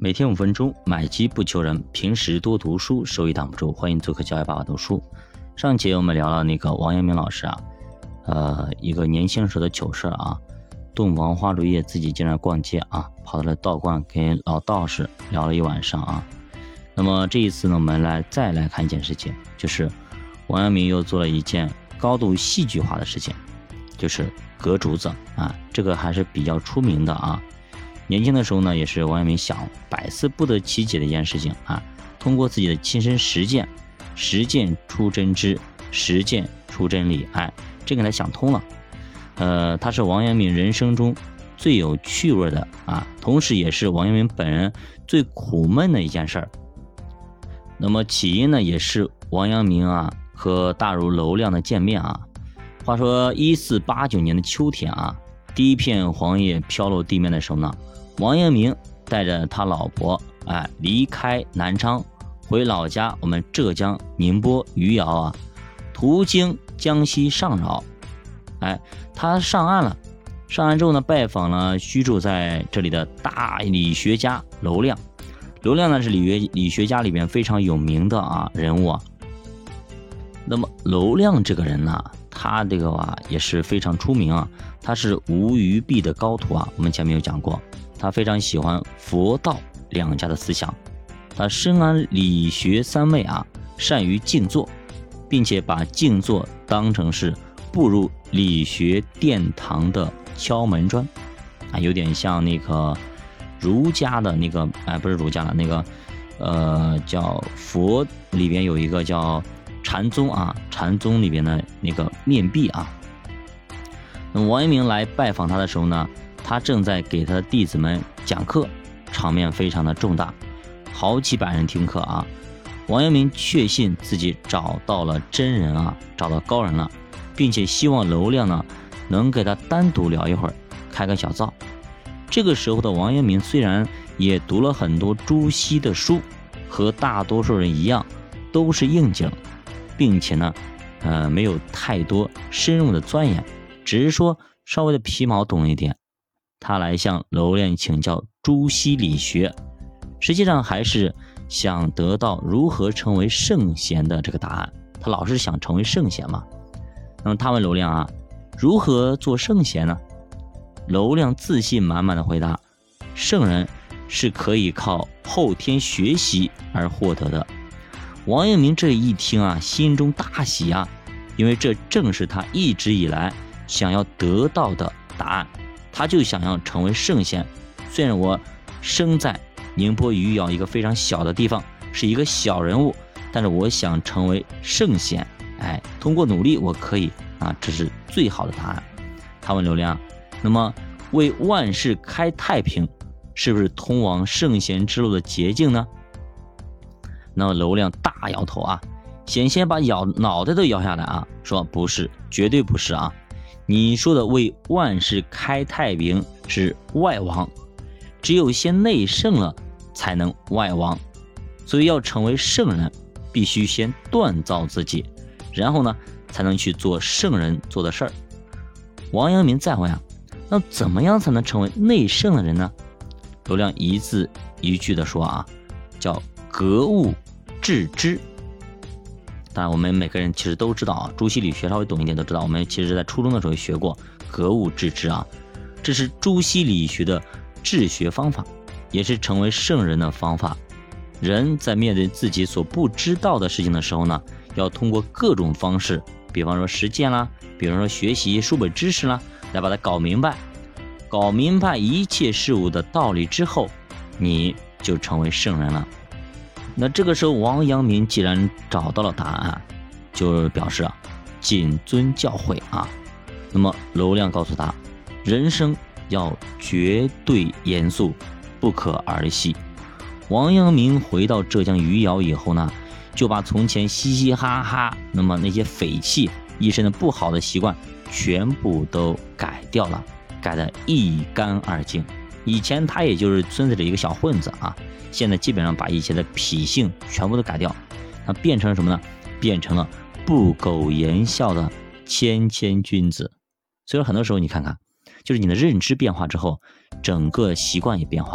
每天5分钟，买基不求人，平时多读书，收益挡不住。欢迎做客教育爸爸读书。上节我们聊了那个王阳明老师一个年轻时候的糗事洞房花烛夜自己竟然逛街跑到了道观跟老道士聊了一晚上那么这一次呢，我们再来看一件事情，就是王阳明又做了一件高度戏剧化的事情，就是割竹子这个还是比较出名的年轻的时候呢，也是王阳明想百思不得其解的一件事情通过自己的亲身实践出真知，实践出真理，这个他想通了。他是王阳明人生中最有趣味的同时也是王阳明本人最苦闷的一件事儿。那么起因呢，也是王阳明和大儒娄亮的见面话说1489年的秋天第一片黄叶飘落地面的时候呢，王阳明带着他老婆离开南昌，回老家我们浙江宁波余姚途经江西上饶。他上岸了，上岸之后呢，拜访了居住在这里的大理学家娄亮。娄亮呢是理学家里面非常有名的人物那么娄亮这个人呢，他这个也是非常出名他是无余弊的高徒我们前面有讲过，他非常喜欢佛道两家的思想，他深谙理学三昧善于静坐，并且把静坐当成是步入理学殿堂的敲门砖有点像那个儒家的那个不是儒家的那个叫佛里边有一个叫禅宗禅宗里边的那个面壁那么王阳明来拜访他的时候呢，他正在给他的弟子们讲课，场面非常的重大，好几百人听课王阳明确信自己找到了真人找到高人了，并且希望娄亮呢能给他单独聊一会儿，开个小灶。这个时候的王阳明虽然也读了很多朱熹的书，和大多数人一样都是应景，并且呢没有太多深入的钻研，只是说稍微的皮毛懂一点。他来向娄亮请教朱熹理学，实际上还是想得到如何成为圣贤的这个答案。他老是想成为圣贤嘛。那么他问娄亮如何做圣贤呢？娄亮自信满满的回答，圣人是可以靠后天学习而获得的。王阳明这一听心中大喜因为这正是他一直以来想要得到的答案。他就想要成为圣贤，虽然我生在宁波余姚一个非常小的地方，是一个小人物，但是我想成为圣贤，通过努力我可以这是最好的答案。他问娄亮，那么为万世开太平是不是通往圣贤之路的捷径呢？那么娄亮大摇头险些把脑袋都摇下来说不是，绝对不是你说的为万世开太平是外王，只有先内圣了才能外王，所以要成为圣人必须先锻造自己，然后呢才能去做圣人做的事儿。王阳明再问那怎么样才能成为内圣的人呢？娄亮一字一句的说叫格物致知。当然我们每个人其实都知道朱熹理学稍微懂一点都知道，我们其实在初中的时候学过格物致知这是朱熹理学的治学方法，也是成为圣人的方法。人在面对自己所不知道的事情的时候呢，要通过各种方式，比方说实践啦，比方说学习书本知识啦，来把它搞明白一切事物的道理之后，你就成为圣人了。那这个时候王阳明既然找到了答案，就表示谨遵教诲那么娄亮告诉他，人生要绝对严肃，不可儿戏。王阳明回到浙江余姚以后呢，就把从前嘻嘻哈哈那么那些匪气一身的不好的习惯全部都改掉了，改得一干二净。以前他也就是村子里一个小混子现在基本上把以前的痞性全部都改掉，那变成了什么呢？变成了不苟言笑的谦君子。所以很多时候你看看，就是你的认知变化之后，整个习惯也变化了。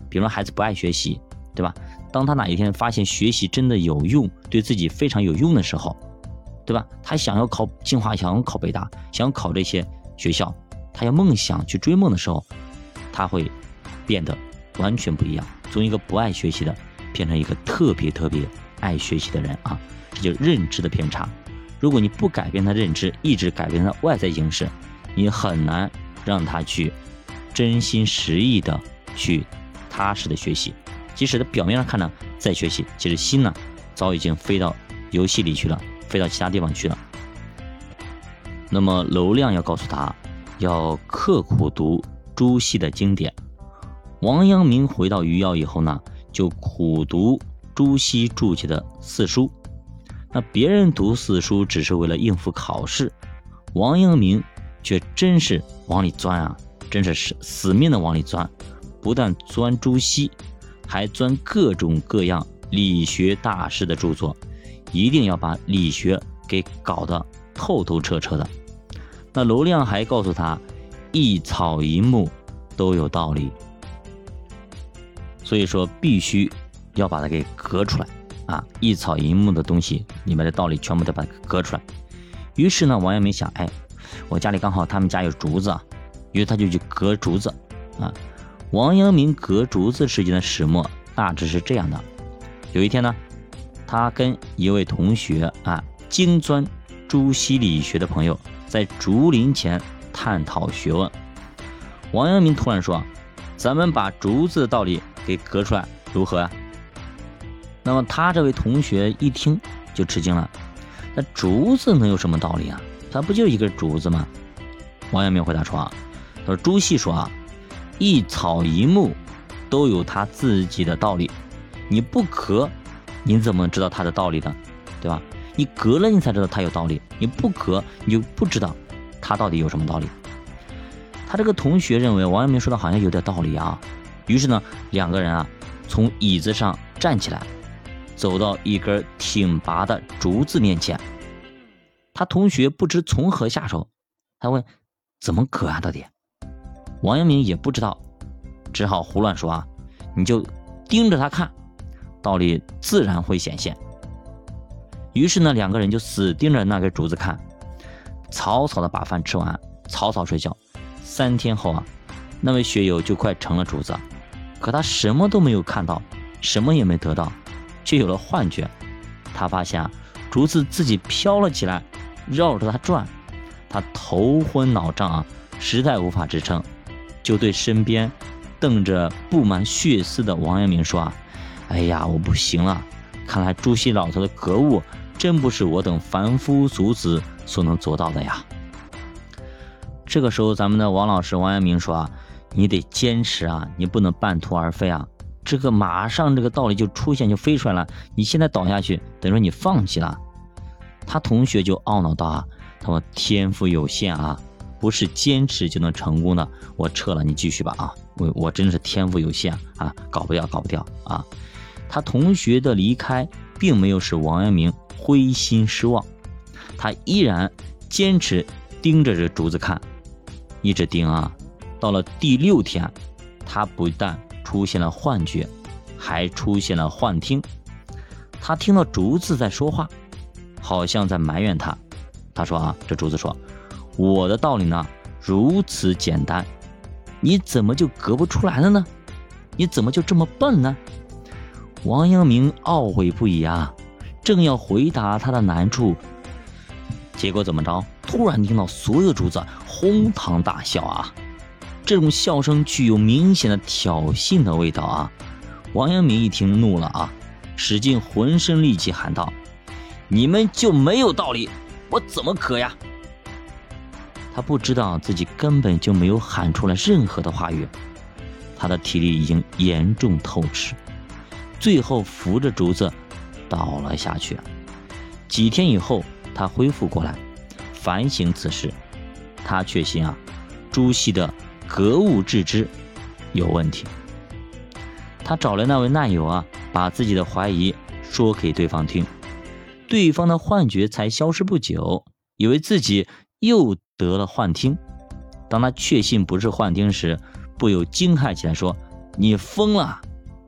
比如说孩子不爱学习，对吧？当他哪一天发现学习真的有用，对自己非常有用的时候，对吧？他想要考清华，想要考北大，想要考这些学校，他要梦想去追梦的时候，他会变得完全不一样，从一个不爱学习的变成一个特别爱学习的人啊，这就是认知的偏差。如果你不改变他认知，一直改变他外在形式，你很难让他去真心实意的去踏实的学习。即使他表面上看着在学习，其实心呢早已经飞到游戏里去了，飞到其他地方去了。那么娄亮要告诉他，要刻苦读朱熹的经典。王阳明回到余姚以后呢，就苦读朱熹注解的四书。那别人读四书只是为了应付考试，王阳明却真是往里钻啊，真是死命的往里钻，不但钻朱熹，还钻各种各样理学大师的著作，一定要把理学给搞得透透彻彻的。那娄亮还告诉他，一草一木都有道理，所以说必须要把它给隔出来啊！一草一木的东西里面的道理全部都把它隔出来。于是呢，王阳明想，我家里刚好他们家有竹子啊，于是他就去隔竹子啊。王阳明隔竹子事件的始末大致是这样的：有一天呢，他跟一位同学精钻朱熹理学的朋友在竹林前探讨学问。王阳明突然说，咱们把竹子的道理给隔出来如何啊？那么他这位同学一听就吃惊了，那竹子能有什么道理啊？它不就一根竹子吗？王阳明回答说他说朱熹说一草一木都有他自己的道理，你不隔你怎么知道他的道理呢？对吧？你隔了你才知道他有道理，你不隔你就不知道他到底有什么道理。他这个同学认为王阳明说的好像有点道理啊，于是呢，两个人从椅子上站起来，走到一根挺拔的竹子面前。他同学不知从何下手，他问怎么隔啊到底？王阳明也不知道，只好胡乱说你就盯着他看，道理自然会显现。于是呢，两个人就死盯着那根竹子看，草草的把饭吃完，草草睡觉。3天后那位学友就快成了竹子，可他什么都没有看到，什么也没得到，却有了幻觉。他发现竹子自己飘了起来，绕着他转，他头昏脑胀实在无法支撑，就对身边瞪着布满血丝的王阳明说哎呀，我不行了，看来朱熹老头的格物真不是我等凡夫俗子所能做到的呀。这个时候咱们的王老师王阳明说你得坚持你不能半途而废这个马上这个道理就出现就飞出来了，你现在倒下去等于说你放弃了。他同学就懊恼道他说天赋有限不是坚持就能成功的，我撤了，你继续吧我真的是天赋有限搞不掉他同学的离开并没有使王阳明灰心失望，他依然坚持盯着这竹子看，一直盯到了第6天，他不但出现了幻觉，还出现了幻听。他听到竹子在说话，好像在埋怨他。他说这竹子说，我的道理呢如此简单，你怎么就隔不出来了呢？你怎么就这么笨呢？王阳明懊悔不已正要回答他的难处，结果怎么着？突然听到所有竹子哄堂大笑这种笑声具有明显的挑衅的味道王阳明一听怒了使尽浑身力气喊道，你们就没有道理，我怎么隔呀？他不知道自己根本就没有喊出来任何的话语，他的体力已经严重透支，最后扶着竹子倒了下去。几天以后他恢复过来，反省此事，他确信朱熹的格物致知有问题。他找来那位难友把自己的怀疑说给对方听，对方的幻觉才消失不久，以为自己又得了幻听。当他确信不是幻听时，不由惊骇起来说，你疯了，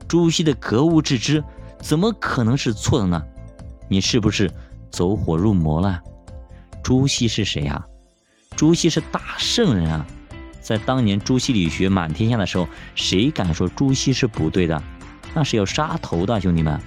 朱熹的格物致知怎么可能是错的呢？你是不是走火入魔了？朱熹是谁啊？朱熹是大圣人啊！在当年朱熹理学满天下的时候，谁敢说朱熹是不对的？那是要杀头的，兄弟们。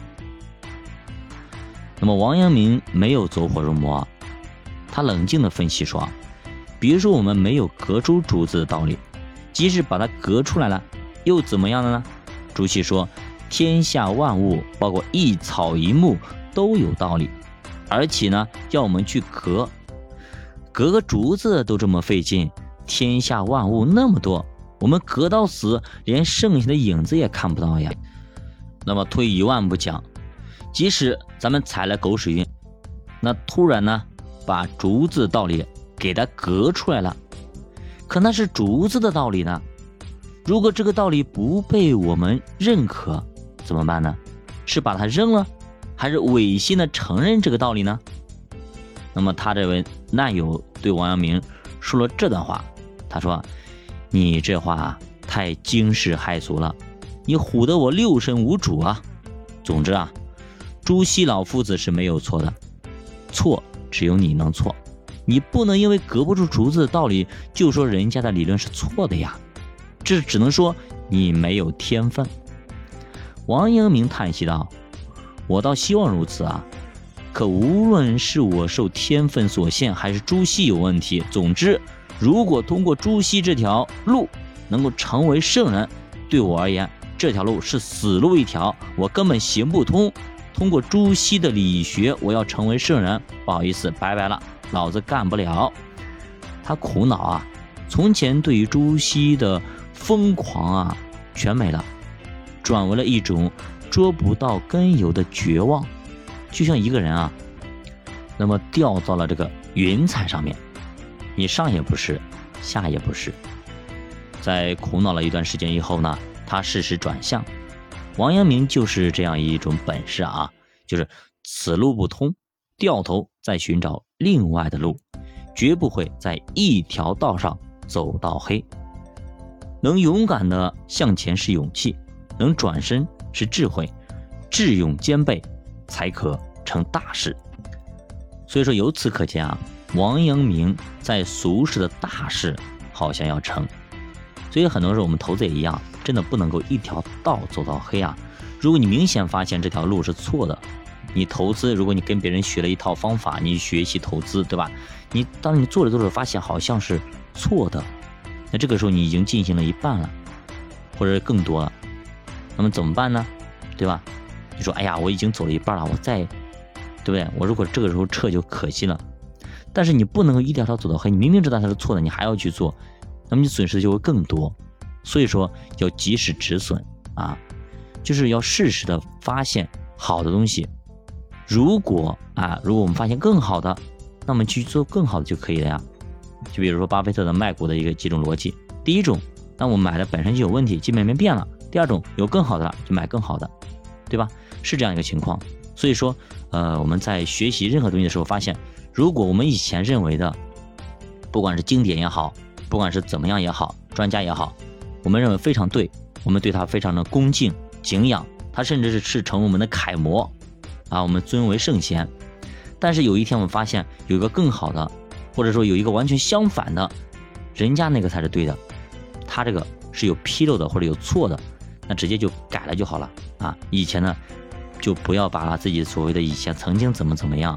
那么王阳明没有走火入魔，他冷静地分析说，比如说我们没有隔出竹子的道理，即使把它隔出来了，又怎么样了呢？朱熹说，天下万物，包括一草一木都有道理，而且呢，要我们去隔个竹子都这么费劲，天下万物那么多，我们隔到死，连剩下的影子也看不到呀。那么退一万步讲，即使咱们踩了狗屎运，那突然呢，把竹子的道理给它隔出来了，可那是竹子的道理呢。如果这个道理不被我们认可，怎么办呢？是把它扔了，还是违心的承认这个道理呢？那么他这位难友对王阳明说了这段话，他说，你这话太惊世骇俗了，你唬得我六神无主啊。总之啊，朱熹老夫子是没有错的，错只有你能错，你不能因为隔不住竹子的道理就说人家的理论是错的呀，这只能说你没有天分。王阳明叹息道，我倒希望如此啊，可无论是我受天分所限，还是朱熹有问题，总之如果通过朱熹这条路能够成为圣人，对我而言这条路是死路一条，我根本行不通。通过朱熹的理学我要成为圣人，不好意思，拜拜了，老子干不了。他苦恼啊，从前对于朱熹的疯狂啊全没了，转为了一种捉不到根由的绝望，就像一个人啊，那么掉到了这个云彩上面，你上也不是，下也不是。在苦恼了一段时间以后呢，他适时转向。王阳明就是这样一种本事啊，就是此路不通，掉头再寻找另外的路，绝不会在一条道上走到黑。能勇敢的向前是勇气，能转身是智慧，智勇兼备才可成大事。所以说由此可见啊，王阳明在俗世的大事好像要成。所以很多时候我们投资也一样，真的不能够一条道走到黑啊。如果你明显发现这条路是错的，你投资，如果你跟别人学了一套方法，你学习投资，对吧？当你做着做着发现好像是错的，那这个时候你已经进行了一半了，或者更多了，那么怎么办呢？对吧？你说，哎呀，我已经走了一半了，我再，对不对？我如果这个时候撤就可惜了。但是你不能够一条条走到黑，你明明知道它是错的，你还要去做，那么你损失就会更多。所以说要及时止损啊，就是要适时的发现好的东西。如果我们发现更好的，那么去做更好的就可以了呀。就比如说巴菲特的卖股的几种逻辑，第一种，当我们买的本身就有问题，基本面变了；第二种，有更好的了就买更好的，对吧？是这样一个情况。所以说我们在学习任何东西的时候发现，如果我们以前认为的，不管是经典也好，不管是怎么样也好，专家也好，我们认为非常对，我们对他非常的恭敬敬仰，他甚至是成为我们的楷模啊，我们尊为圣贤。但是有一天我们发现有一个更好的，或者说有一个完全相反的，人家那个才是对的，他这个是有纰漏的或者有错的，那直接就改了就好了啊。以前呢就不要把自己所谓的以前曾经怎么样，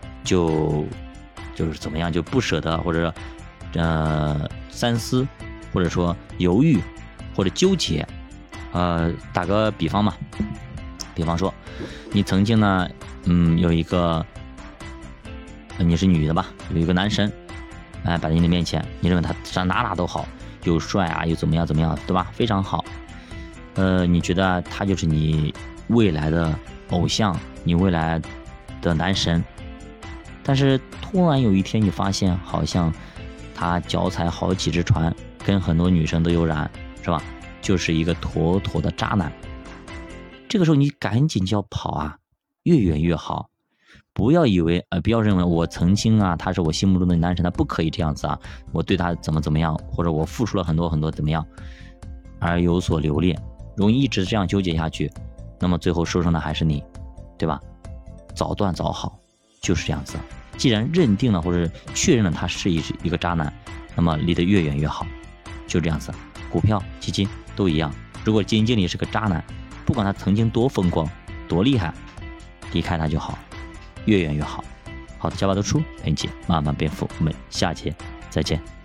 就是怎么样就不舍得，或者三思，或者说犹豫或者纠结。打个比方嘛，比方说你曾经呢有一个你是女的吧，有一个男神摆在你的面前，你认为他上哪都好，又帅啊又怎么样对吧，非常好。你觉得他就是你未来的偶像，你未来的男神。但是突然有一天你发现好像他脚踩好几只船，跟很多女生都有染，是吧？就是一个妥妥的渣男。这个时候你赶紧就要跑啊，越远越好。不要以为不要认为我曾经他是我心目中的男神，他不可以这样子啊，我对他怎么样，或者我付出了很多怎么样而有所留恋。 容易一直这样纠结下去，那么最后受伤的还是你，对吧？早断早好，就是这样子。既然认定了或者确认了他是一个渣男，那么离得越远越好，就这样子。股票、基金都一样，如果基金经理是个渣男，不管他曾经多风光、多厉害，离开他就好，越远越好。好的，小把都出，陪你慢慢变富，我们下期再见。